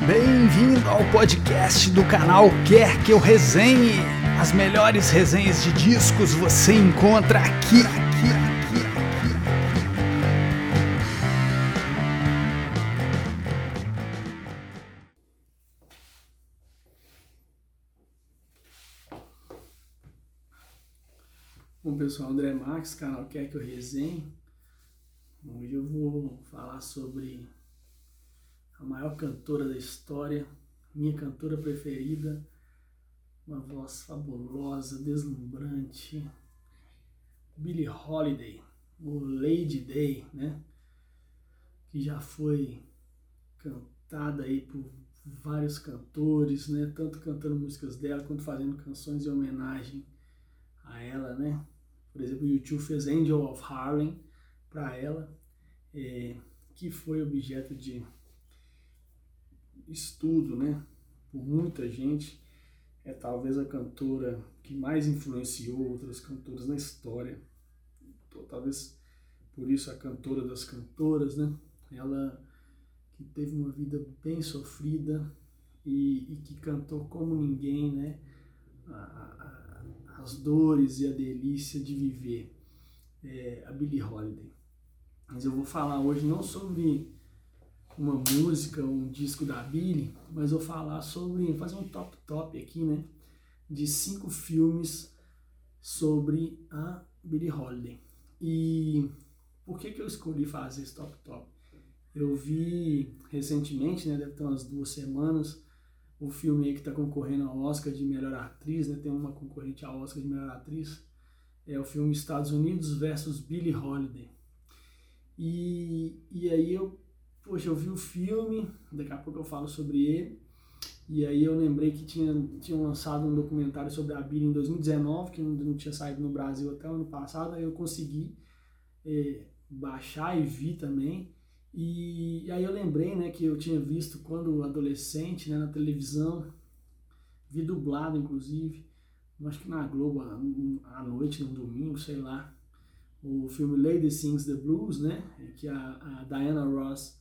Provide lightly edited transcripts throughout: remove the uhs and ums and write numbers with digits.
Bem-vindo ao podcast do canal Quer Que Eu Resenhe. As melhores resenhas de discos você encontra aqui. Bom pessoal, André Marques, canal Quer Que Eu Resenhe. Hoje eu vou falar sobre a maior cantora da história, minha cantora preferida, uma voz fabulosa, deslumbrante, Billie Holiday, ou Lady Day, né? Que já foi cantada aí por vários cantores, né? Tanto cantando músicas dela quanto fazendo canções em homenagem a ela, né? Por exemplo, o U2 fez Angel of Harlem para ela, que foi objeto de estudo, né, por muita gente. É talvez a cantora que mais influenciou outras cantoras na história. Então, talvez por isso a cantora das cantoras, né? Ela que teve uma vida bem sofrida e que cantou como ninguém, né? As dores e a delícia de viver. A Billie Holiday. Mas eu vou falar hoje não sobre uma música, um disco da Billie, mas eu vou falar sobre, fazer um top aqui, né, de 5 filmes sobre a Billie Holiday. E por que eu escolhi fazer esse top? Eu vi recentemente, né, deve ter umas 2 semanas, o filme aí que está concorrendo ao Oscar de melhor atriz, né, tem uma concorrente ao Oscar de melhor atriz, é o filme Estados Unidos versus Billie Holiday. E aí eu vi o filme, daqui a pouco eu falo sobre ele, e aí eu lembrei que tinham lançado um documentário sobre a Billie em 2019, que não tinha saído no Brasil até o ano passado, aí eu consegui baixar e vi também, e aí eu lembrei, né, que eu tinha visto quando adolescente, né, na televisão, vi dublado inclusive, acho que na Globo à noite, no domingo, sei lá, o filme Lady Sings the Blues, né, que a Diana Ross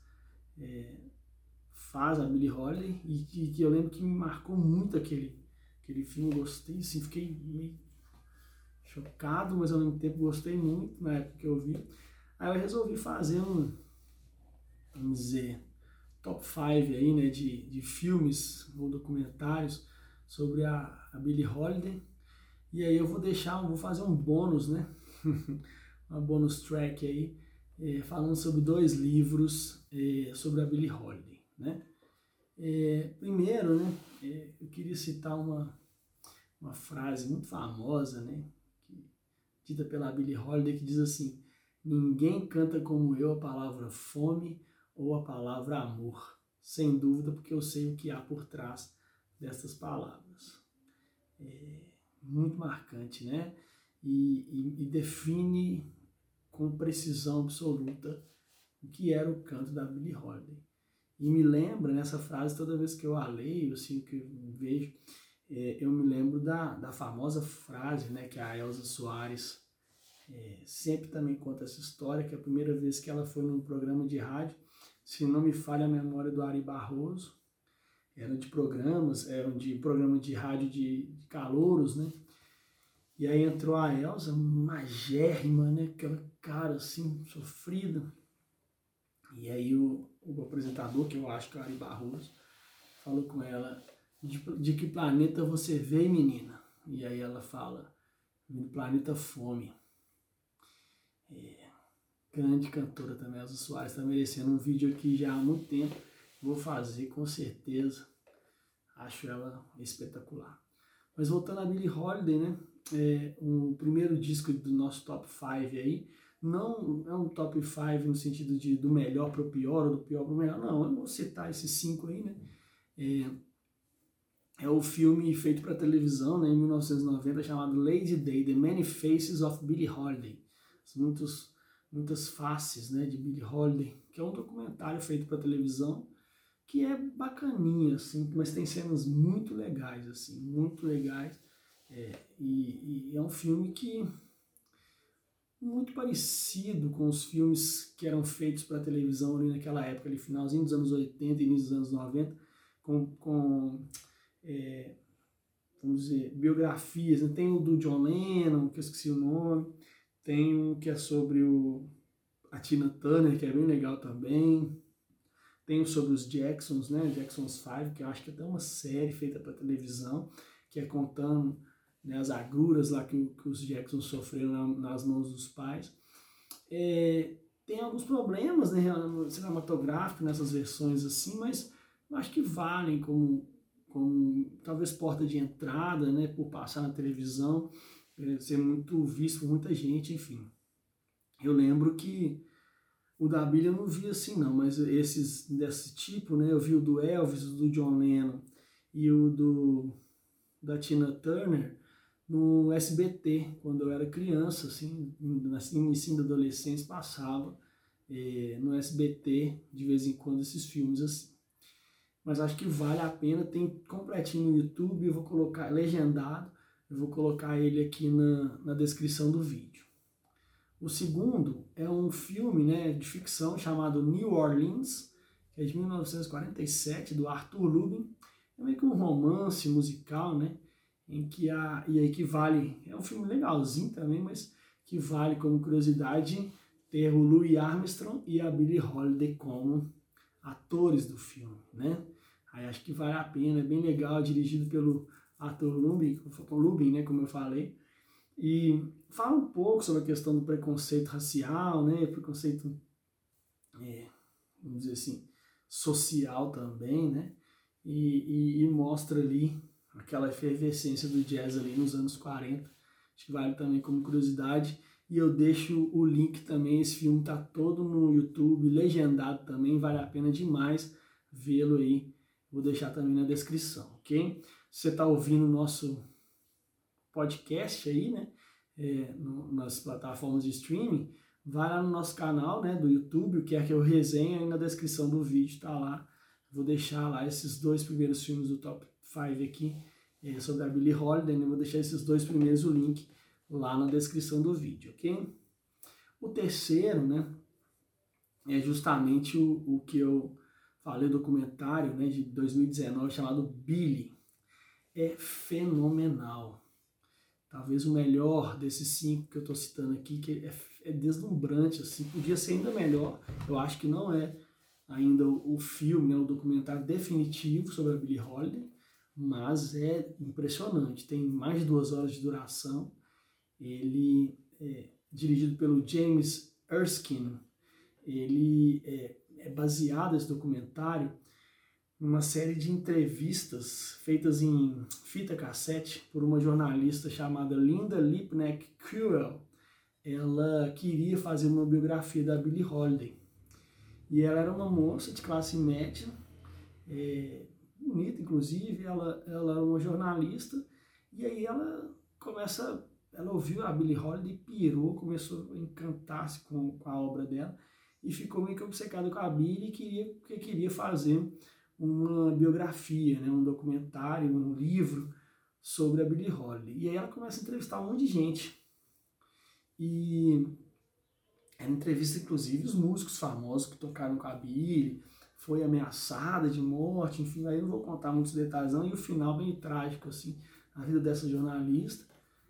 faz a Billie Holiday, e que eu lembro que me marcou muito aquele filme. Eu gostei, assim, fiquei meio chocado, mas ao mesmo tempo gostei muito na época que eu vi. Aí eu resolvi fazer vamos dizer, top 5 aí, né, de filmes ou documentários sobre a Billie Holiday. E aí eu vou fazer um bônus, né, uma bonus track aí, falando sobre 2 livros sobre a Billie Holiday, né? Primeiro, né, eu queria citar uma frase muito famosa, né, dita pela Billie Holiday, que diz assim: ninguém canta como eu a palavra fome ou a palavra amor, sem dúvida, porque eu sei o que há por trás dessas palavras. Muito marcante, né? E define com precisão absoluta o que era o canto da Billie Holiday. E me lembra, nessa frase, toda vez que eu a leio, assim, que eu vejo, eu me lembro da famosa frase, né, que a Elza Soares sempre também conta essa história, que a primeira vez que ela foi num programa de rádio, se não me falha a memória, do Ari Barroso, era de programa de rádio de calouros, né? E aí entrou a Elza, magérrima, né? Aquela cara assim, sofrida. E aí o apresentador, que eu acho que é o Ari Barroso, falou com ela: de que planeta você veio, menina? E aí ela fala: do planeta Fome. Grande cantora também, Elza Soares, está merecendo um vídeo aqui já há muito tempo. Vou fazer com certeza. Acho ela espetacular. Mas voltando a Billie Holiday, né? O primeiro disco do nosso top 5 aí, não é um top 5 no sentido de do melhor para o pior ou do pior para o melhor, não. Eu vou citar esses 5 aí, né? É o filme feito para televisão, né, em 1990, chamado Lady Day, The Many Faces of Billie Holiday. Muitas faces, né, de Billie Holiday, que é um documentário feito para televisão, que é bacaninha, assim, mas tem cenas muito legais, assim, muito legais. E é um filme que muito parecido com os filmes que eram feitos para televisão ali naquela época, ali, finalzinho dos anos 80 e início dos anos 90, vamos dizer, biografias, né? Tem o do John Lennon, que eu esqueci o nome, tem um que é sobre a Tina Turner, que é bem legal também, tem um sobre os Jacksons, né, Jacksons 5, que eu acho que é até uma série feita para televisão, que é contando, né, as agruras lá que os Jacksons sofreram nas mãos dos pais. Tem alguns problemas, né, cinematográficos nessas versões assim, mas eu acho que valem como talvez porta de entrada, né, por passar na televisão, ser muito visto por muita gente, enfim. Eu lembro que o da Billie eu não vi assim não, mas esses desse tipo, né, eu vi o do Elvis, o do John Lennon e o da Tina Turner no SBT, quando eu era criança, assim, no início da adolescência, passava no SBT, de vez em quando, esses filmes assim. Mas acho que vale a pena, tem completinho no YouTube, eu vou colocar legendado, eu vou colocar ele aqui na descrição do vídeo. O segundo é um filme, né, de ficção chamado New Orleans, que é de 1947, do Arthur Lubin. É meio que um romance musical, né, e aí que vale, é um filme legalzinho também, mas que vale como curiosidade ter o Louis Armstrong e a Billie Holiday como atores do filme, né? Aí acho que vale a pena, é bem legal, dirigido pelo Arthur Lubin, né, como eu falei. E fala um pouco sobre a questão do preconceito racial, né, preconceito, vamos dizer assim, social também, né, e mostra ali aquela efervescência do jazz ali nos anos 40, acho que vale também como curiosidade, e eu deixo o link também, esse filme tá todo no YouTube, legendado também, vale a pena demais vê-lo aí, vou deixar também na descrição, ok? Se você tá ouvindo o nosso podcast aí, né, nas plataformas de streaming, vai lá no nosso canal, né, do YouTube, o que é que eu resenho, aí na descrição do vídeo tá lá, vou deixar lá esses 2 primeiros filmes do Top 5 aqui, sobre a Billie Holiday, né, vou deixar esses 2 primeiros, o link lá na descrição do vídeo, ok? O terceiro, né, é justamente o que eu falei, o documentário, né, de 2019, chamado Billie. É fenomenal. Talvez o melhor desses 5 que eu estou citando aqui, que é deslumbrante, assim, podia ser ainda melhor. Eu acho que não é ainda o filme, né, o documentário definitivo sobre a Billie Holiday, mas é impressionante. Tem mais de 2 horas de duração. Ele é dirigido pelo James Erskine. Ele é baseado, esse documentário, uma série de entrevistas feitas em fita cassete por uma jornalista chamada Linda Lipnack Crewell. Ela queria fazer uma biografia da Billie Holiday. E ela era uma moça de classe média, bonita inclusive, ela era uma jornalista, e aí ela ouviu a Billie Holiday, pirou, começou a encantar-se com a obra dela, e ficou meio que obcecada com a Billie e queria fazer uma biografia, né, um documentário, um livro sobre a Billie Holiday. E aí ela começa a entrevistar um monte de gente. E ela entrevista inclusive os músicos famosos que tocaram com a Billie, foi ameaçada de morte, enfim, aí eu não vou contar muitos detalhes não, e o final bem trágico, assim, a vida dessa jornalista,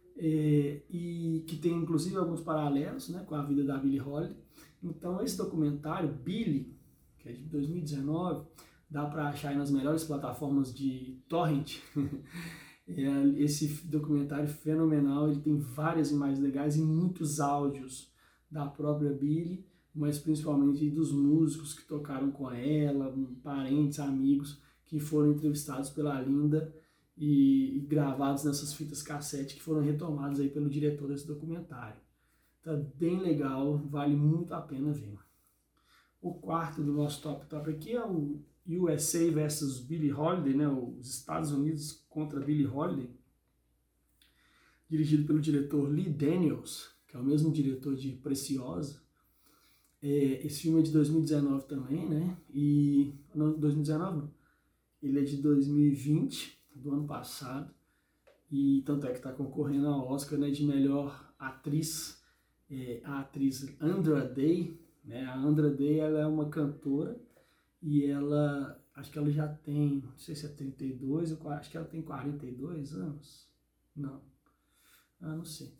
e que tem inclusive alguns paralelos, né, com a vida da Billie Holiday. Então esse documentário, Billie, que é de 2019, dá para achar aí nas melhores plataformas de torrent. Esse documentário fenomenal, ele tem várias imagens legais e muitos áudios da própria Billie, mas principalmente dos músicos que tocaram com ela, parentes, amigos que foram entrevistados pela Linda e gravados nessas fitas cassete que foram retomados aí pelo diretor desse documentário. Tá bem legal, vale muito a pena ver. O quarto do nosso top aqui é o USA versus Billie Holiday, né, os Estados Unidos contra Billie Holiday, dirigido pelo diretor Lee Daniels, que é o mesmo diretor de Preciosa. Esse filme é de 2019 também, né, e não, 2019 não, ele é de 2020, do ano passado, e tanto é que está concorrendo ao Oscar, né, de melhor atriz, a atriz Andra Day, né, a Andra Day, ela é uma cantora, e ela acho que ela já tem, não sei se é 32, acho que ela tem 42 anos. Não, não sei.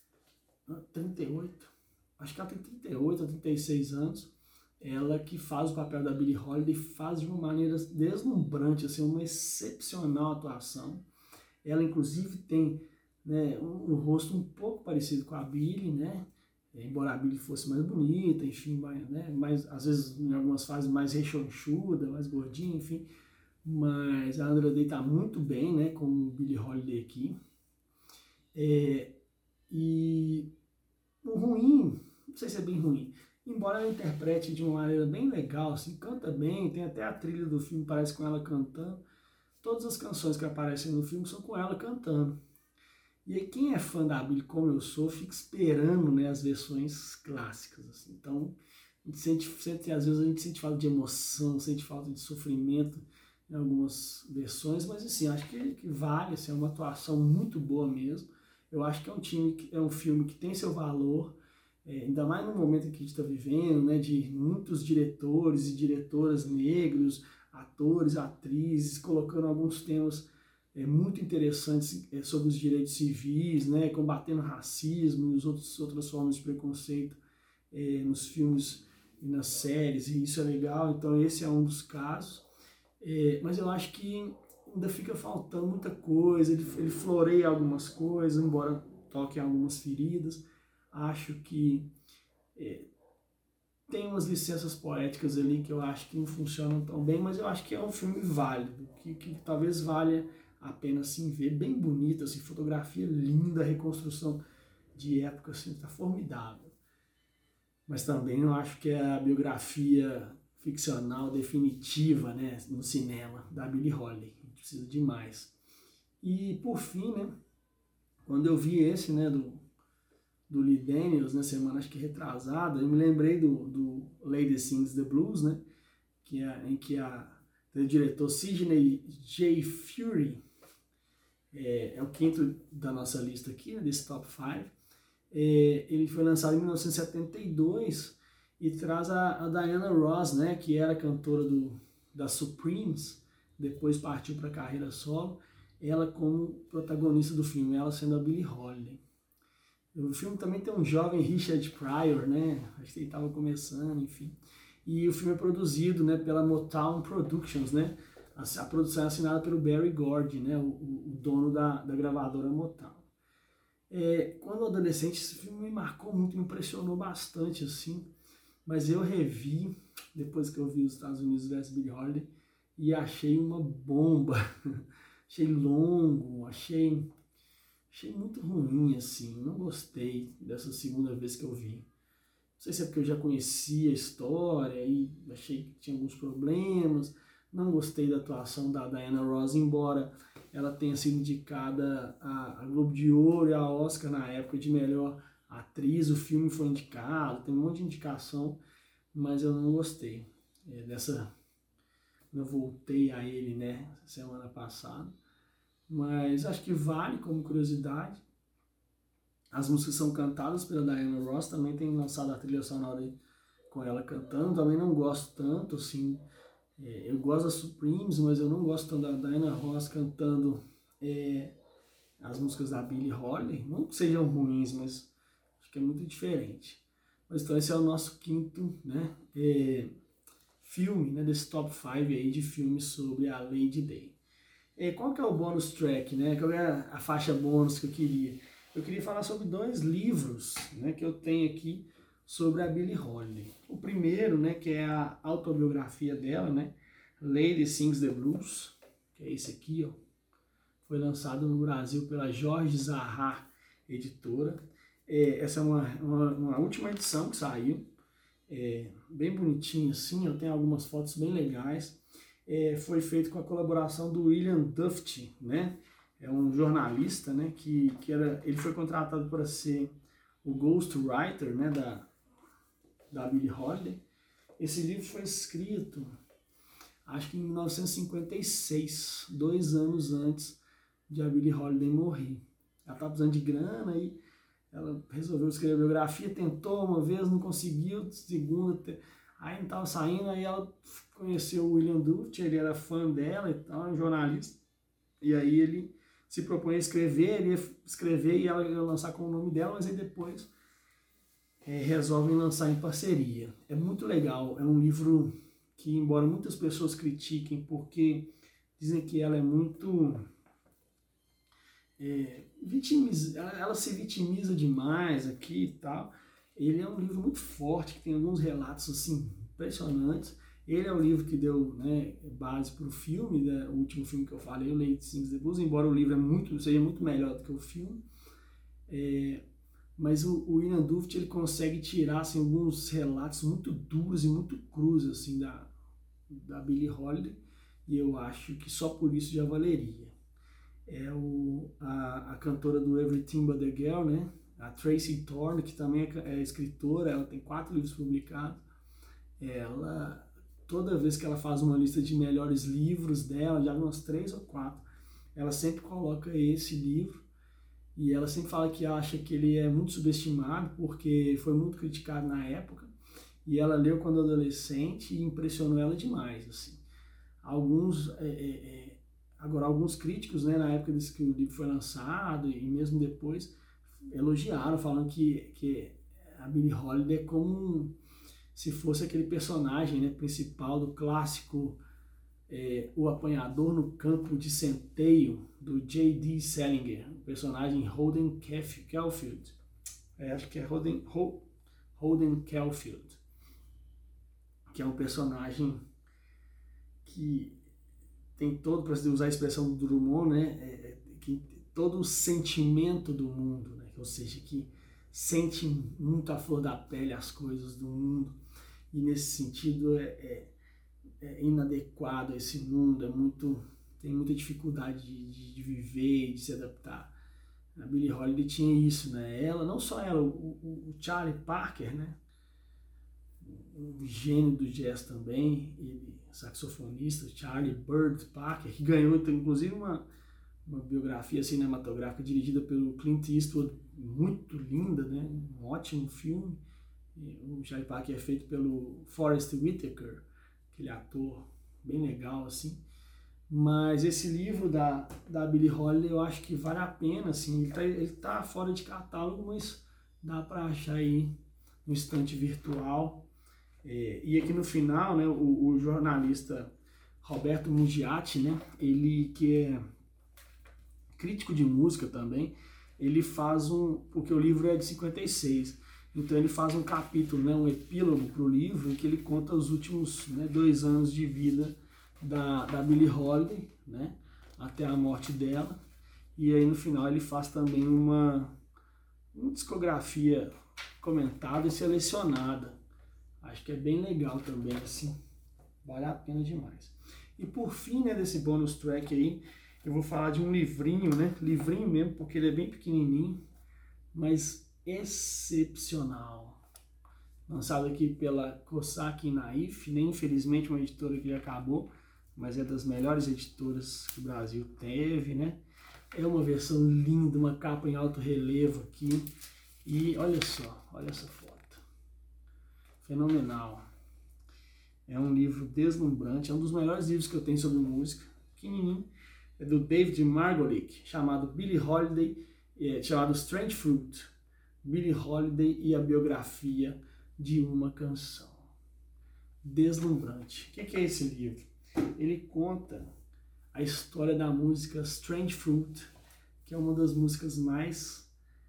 38. Acho que ela tem 38 ou 36 anos. Ela que faz o papel da Billie Holiday, faz de uma maneira deslumbrante, assim, uma excepcional atuação. Ela, inclusive, tem, né, um rosto um pouco parecido com a Billie, né? Embora a Billie fosse mais bonita, enfim, né? Mais, às vezes, em algumas fases, mais rechonchuda, mais gordinha, enfim. Mas a Andra Day está muito bem, né, como Billie Holiday aqui. E o ruim, não sei se é bem ruim, embora ela interprete de uma maneira bem legal, assim, canta bem, tem até a trilha do filme, parece com ela cantando. Todas as canções que aparecem no filme são com ela cantando. E aí quem é fã da Billie, como eu sou, fica esperando, né, as versões clássicas. Assim. Então, às vezes a gente sente falta de emoção, sente falta de sofrimento em algumas versões, mas assim, acho que vale, assim, é uma atuação muito boa mesmo. Eu acho que é um filme que tem seu valor, ainda mais no momento em que a gente está vivendo, né, de muitos diretores e diretoras negros, atores, atrizes, colocando alguns temas muito interessantes sobre os direitos civis, né, combatendo racismo e outras formas de preconceito nos filmes e nas séries, e isso é legal, então esse é um dos casos. Mas eu acho que ainda fica faltando muita coisa, ele floreia algumas coisas, embora toque algumas feridas. Acho que tem umas licenças poéticas ali que eu acho que não funcionam tão bem, mas eu acho que é um filme válido, que talvez valha a pena assim, ver, bem bonito, assim, fotografia linda, reconstrução de época, assim, tá formidável. Mas também eu acho que é a biografia ficcional definitiva, né, no cinema, da Billie Holiday. A gente precisa de mais. E, por fim, né, quando eu vi esse, né, do Lee Daniels, na semana acho que retrasada, eu me lembrei do Lady Sings the Blues, né, em que o diretor Sidney J. Furie, é o quinto da nossa lista aqui, né, desse top 5. Ele foi lançado em 1972 e traz a Diana Ross, né, que era cantora da Supremes, depois partiu para a carreira solo, ela como protagonista do filme, ela sendo a Billie Holiday. O filme também tem um jovem Richard Pryor, né, acho que ele estava começando, enfim. E o filme é produzido, né, pela Motown Productions, né, a produção é assinada pelo Berry Gordy, né, o dono da gravadora Motown. Quando adolescente, esse filme me marcou muito, me impressionou bastante, assim, mas eu revi, depois que eu vi os Estados Unidos vs Billie Holiday, e achei uma bomba, achei longo, achei muito ruim, assim, não gostei dessa segunda vez que eu vi. Não sei se é porque eu já conhecia a história e achei que tinha alguns problemas, não gostei da atuação da Diana Ross, embora ela tenha sido indicada a Globo de Ouro e a Oscar na época de melhor atriz, o filme foi indicado, tem um monte de indicação, mas eu não gostei eu voltei a ele, né, semana passada, mas acho que vale como curiosidade. As músicas são cantadas pela Diana Ross, também tem lançado a trilha sonora aí com ela cantando, também não gosto tanto, assim, eu gosto da Supremes, mas eu não gosto tanto da Diana Ross cantando as músicas da Billie Holiday, não que sejam ruins, mas acho que é muito diferente. Mas então esse é o nosso quinto, né, filme, né, desse top 5 aí de filmes sobre a Lady Day. Qual que é o bônus track, né? Qual é a faixa bônus que eu queria? Eu queria falar sobre 2 livros, né, que eu tenho aqui sobre a Billie Holiday. O primeiro, né, que é a autobiografia dela, né, Lady Sings the Blues, que é esse aqui, ó. Foi lançado no Brasil pela Jorge Zahar Editora. Essa é uma última edição que saiu, bem bonitinho assim, eu tenho algumas fotos bem legais. Foi feito com a colaboração do William Duft, né? É um jornalista, né? Ele foi contratado para ser o ghostwriter, né? Da Billie Holiday. Esse livro foi escrito, acho que em 1956, 2 anos antes de a Billie Holiday morrer. Ela estava precisando de grana e ela resolveu escrever a biografia, tentou uma vez, não conseguiu, segunda, Aí não tava saindo, aí ela conheceu o William Duft, ele era fã dela e tal, um jornalista. E aí ele se propõe a escrever, ele ia escrever e ela ia lançar com o nome dela, mas aí depois resolvem lançar em parceria. É muito legal, é um livro que, embora muitas pessoas critiquem, porque dizem que ela é muito... ela se vitimiza demais aqui e tal. Ele é um livro muito forte, que tem alguns relatos assim, impressionantes. Ele é o livro que deu, né, base para o filme, né, o último filme que eu falei, o Lady Sings the Blues, embora o livro seja muito melhor do que o filme. Mas o William Duft, ele consegue tirar assim, alguns relatos muito duros e muito crus assim, da Billie Holiday, e eu acho que só por isso já valeria. A cantora do Everything But The Girl, né? A Tracy Thorn, que também é escritora, ela tem 4 livros publicados. Ela, toda vez que ela faz uma lista de melhores livros dela, já umas 3 ou 4, ela sempre coloca esse livro, e ela sempre fala que acha que ele é muito subestimado, porque foi muito criticado na época, e ela leu quando adolescente e impressionou ela demais, assim. Agora, alguns críticos, né, na época que o livro foi lançado e mesmo depois, elogiaram, falando que a Billie Holiday é como se fosse aquele personagem, né, principal do clássico O Apanhador no Campo de Centeio, do J.D. Salinger, o personagem Holden Caulfield. Acho que é Holden Caulfield, que é um personagem que tem todo, para usar a expressão do Drummond, né, que todo o sentimento do mundo, né, ou seja, que sente muito à flor da pele as coisas do mundo, e nesse sentido é inadequado a esse mundo, tem muita dificuldade de viver e de se adaptar. A Billie Holiday tinha isso, né? Ela, não só ela, o Charlie Parker, né, um gênio do jazz também, ele saxofonista, Charlie Bird Parker, que ganhou inclusive uma biografia cinematográfica dirigida pelo Clint Eastwood, muito linda, né? Um ótimo filme. O Charlie Parker é feito pelo Forest Whitaker, aquele ator bem legal, assim. Mas esse livro da Billie Holiday eu acho que vale a pena, assim. Ele tá fora de catálogo, mas dá para achar aí no estante virtual. E aqui no final, né, o jornalista Roberto Mugiati, né, ele que é crítico de música também, ele faz porque o livro é de 56, então ele faz um capítulo, né, um epílogo para o livro, em que ele conta os últimos, né, 2 anos de vida da Billie Holiday, né, até a morte dela, e aí no final ele faz também uma discografia comentada e selecionada. Acho que é bem legal também, assim, vale a pena demais. E por fim, né, desse bonus track aí, eu vou falar de um livrinho, né, livrinho mesmo, porque ele é bem pequenininho, mas excepcional. Lançado aqui pela Cosac Naif, né, infelizmente uma editora que já acabou, mas é das melhores editoras que o Brasil teve, né. É uma versão linda, uma capa em alto relevo aqui, e olha só, olha essa foto. Fenomenal. É um livro deslumbrante, é um dos melhores livros que eu tenho sobre música, pequenininho, é do David Margolick, chamado Billie Holiday, chamado Strange Fruit, Billie Holiday e a biografia de uma canção. Deslumbrante. O que é esse livro? Ele conta a história da música Strange Fruit, que é uma das músicas mais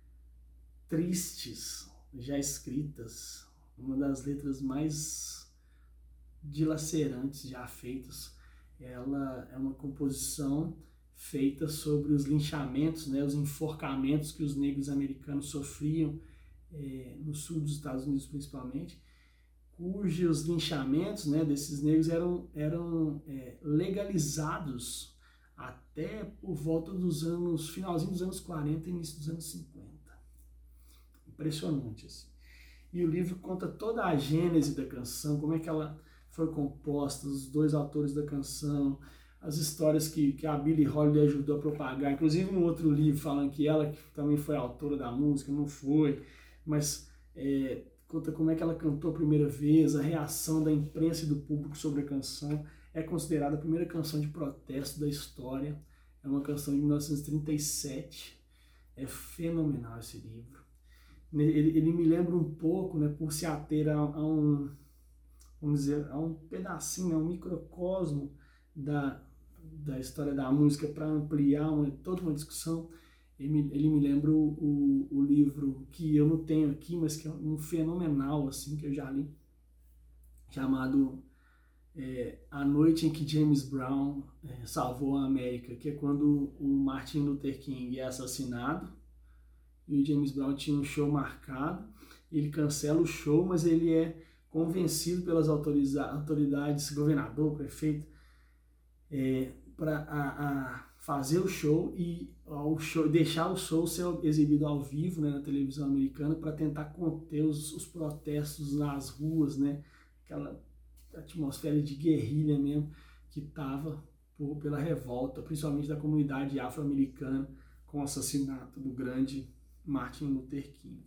tristes já escritas, uma das letras mais dilacerantes já feitas. Ela é uma composição feita sobre os linchamentos, né, os enforcamentos que os negros americanos sofriam no sul dos Estados Unidos principalmente, cujos linchamentos, né, desses negros eram legalizados até por volta finalzinho dos anos 40 e início dos anos 50. Impressionante, assim. E o livro conta toda a gênese da canção, como é que ela foi composta, os 2 autores da canção, as histórias que a Billie Holiday ajudou a propagar, inclusive um outro livro falando que ela que também foi autora da música, não foi, mas conta como é que ela cantou a primeira vez, a reação da imprensa e do público sobre a canção. É considerada a primeira canção de protesto da história. É uma canção de 1937. É fenomenal esse livro. Ele me lembra um pouco, né, por se ater a um, vamos dizer, a um pedacinho, a um microcosmo da história da música, para ampliar toda uma discussão. Ele me lembra o livro que eu não tenho aqui, mas que é um fenomenal, assim, que eu já li, chamado A Noite em que James Brown Salvou a América, que é quando o Martin Luther King é assassinado e o James Brown tinha um show marcado, ele cancela o show, mas ele é convencido pelas autoridades, governador, prefeito, para fazer o show e deixar o show ser exibido ao vivo, né, na televisão americana, para tentar conter os protestos nas ruas, né, aquela atmosfera de guerrilha mesmo que estava pela revolta, principalmente da comunidade afro-americana, com o assassinato do grande Martin Luther King.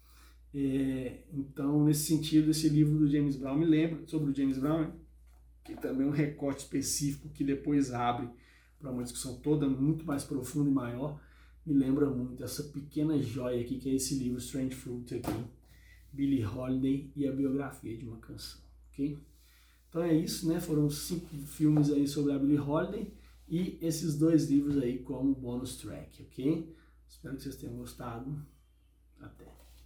Então, nesse sentido, esse livro do James Brown me lembra sobre o James Brown, que também é um recorte específico que depois abre para uma discussão toda muito mais profunda e maior. Me lembra muito essa pequena joia aqui, que é esse livro Strange Fruit aqui, Billie Holiday e a biografia de uma canção, ok? Então é isso, né? Foram 5 filmes aí sobre a Billie Holiday e esses 2 livros aí como bônus track, ok? Espero que vocês tenham gostado. Até.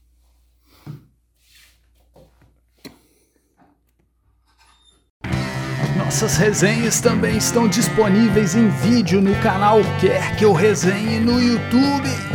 Nossas resenhas também estão disponíveis em vídeo no canal Quer Que Eu Resenhe no YouTube.